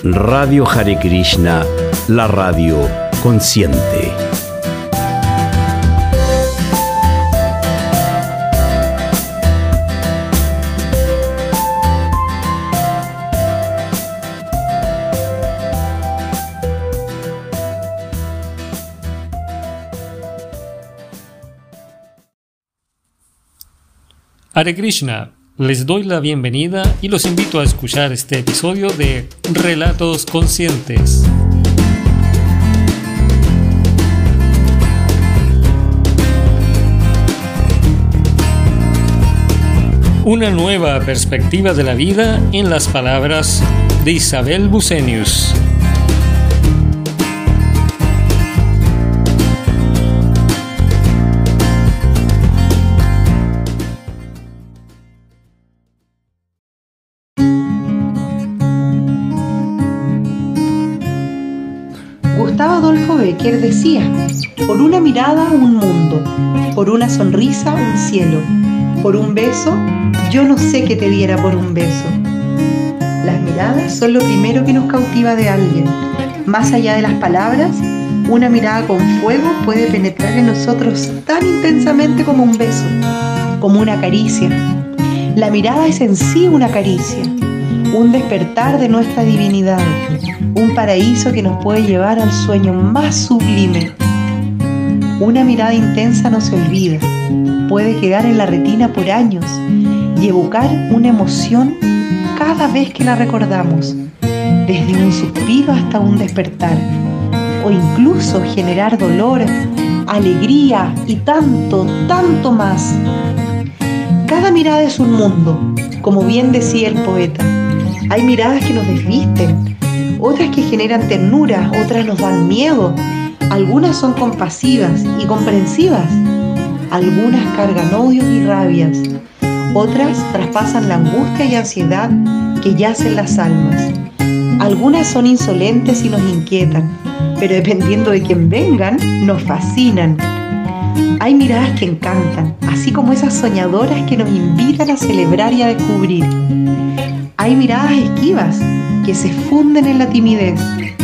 Radio Hare Krishna, la radio consciente. Hare Krishna, les doy la bienvenida y los invito a escuchar este episodio de Relatos Conscientes. Una nueva perspectiva de la vida en las palabras de Isabel Bucenius. Gustavo Adolfo Bécquer decía: por una mirada un mundo, por una sonrisa un cielo, por un beso yo no sé qué te diera por un beso. Las miradas son lo primero que nos cautiva de alguien. Más allá de las palabras, una mirada con fuego puede penetrar en nosotros tan intensamente como un beso, como una caricia. La mirada es en sí una caricia, un despertar de nuestra divinidad, un paraíso que nos puede llevar al sueño más sublime. Una mirada intensa no se olvida, puede quedar en la retina por años y evocar una emoción cada vez que la recordamos, desde un suspiro hasta un despertar, o incluso generar dolor, alegría y tanto, tanto más. Cada mirada es un mundo, como bien decía el poeta. Hay miradas que nos desvisten, otras que generan ternura, otras nos dan miedo. Algunas son compasivas y comprensivas, algunas cargan odios y rabias, otras traspasan la angustia y ansiedad que yace en las almas. Algunas son insolentes y nos inquietan, pero dependiendo de quién vengan, nos fascinan. Hay miradas que encantan, así como esas soñadoras que nos invitan a celebrar y a descubrir. Hay miradas esquivas que se funden en la timidez,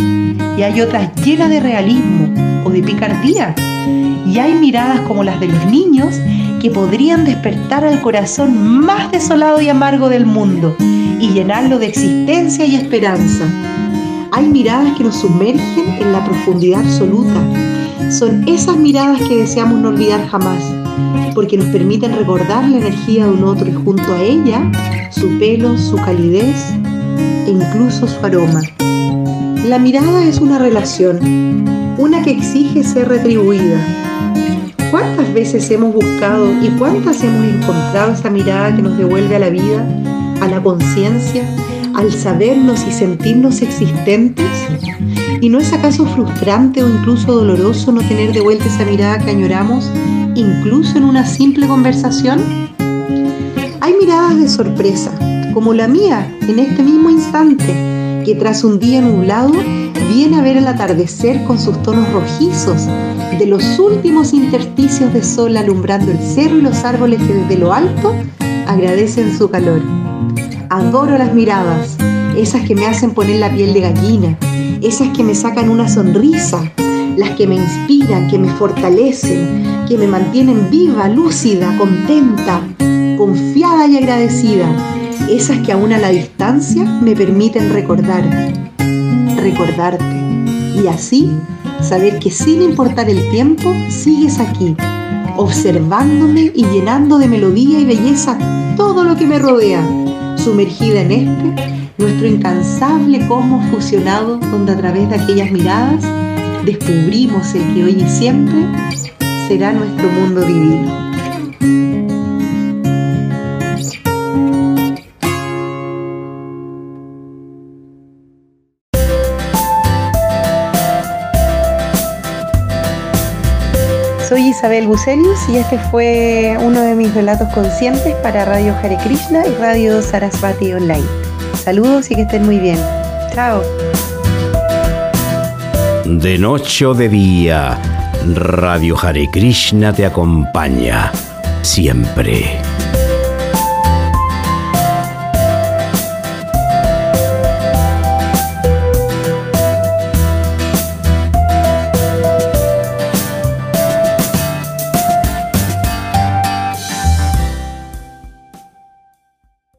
y hay otras llenas de realismo o de picardía, y hay miradas como las de los niños que podrían despertar al corazón más desolado y amargo del mundo y llenarlo de existencia y esperanza. Hay miradas que nos sumergen en la profundidad absoluta. Son esas miradas que deseamos no olvidar jamás, porque nos permiten recordar la energía de un otro y junto a ella su pelo, su calidez e incluso su aroma. La mirada es una relación, una que exige ser retribuida. ¿Cuántas veces hemos buscado y cuántas hemos encontrado esa mirada que nos devuelve a la vida, a la conciencia, al sabernos y sentirnos existentes? ¿Y no es acaso frustrante o incluso doloroso no tener de vuelta esa mirada que añoramos, incluso en una simple conversación? Hay miradas de sorpresa, como la mía en este mismo instante, que tras un día nublado viene a ver el atardecer con sus tonos rojizos de los últimos intersticios de sol alumbrando el cerro y los árboles que desde lo alto agradecen su calor. Adoro las miradas, esas que me hacen poner la piel de gallina, esas que me sacan una sonrisa, las que me inspiran, que me fortalecen, que me mantienen viva, lúcida, contenta, confiada y agradecida, esas que aún a la distancia me permiten recordarte y así saber que sin importar el tiempo sigues aquí, observándome y llenando de melodía y belleza todo lo que me rodea, sumergida en nuestro incansable cosmos fusionado, donde a través de aquellas miradas descubrimos el que hoy y siempre será nuestro mundo divino. Soy Isabel Bucenius y este fue uno de mis relatos conscientes para Radio Hare Krishna y Radio Sarasvati Online. Saludos y que estén muy bien. Chao. De noche o de día, Radio Hare Krishna te acompaña siempre.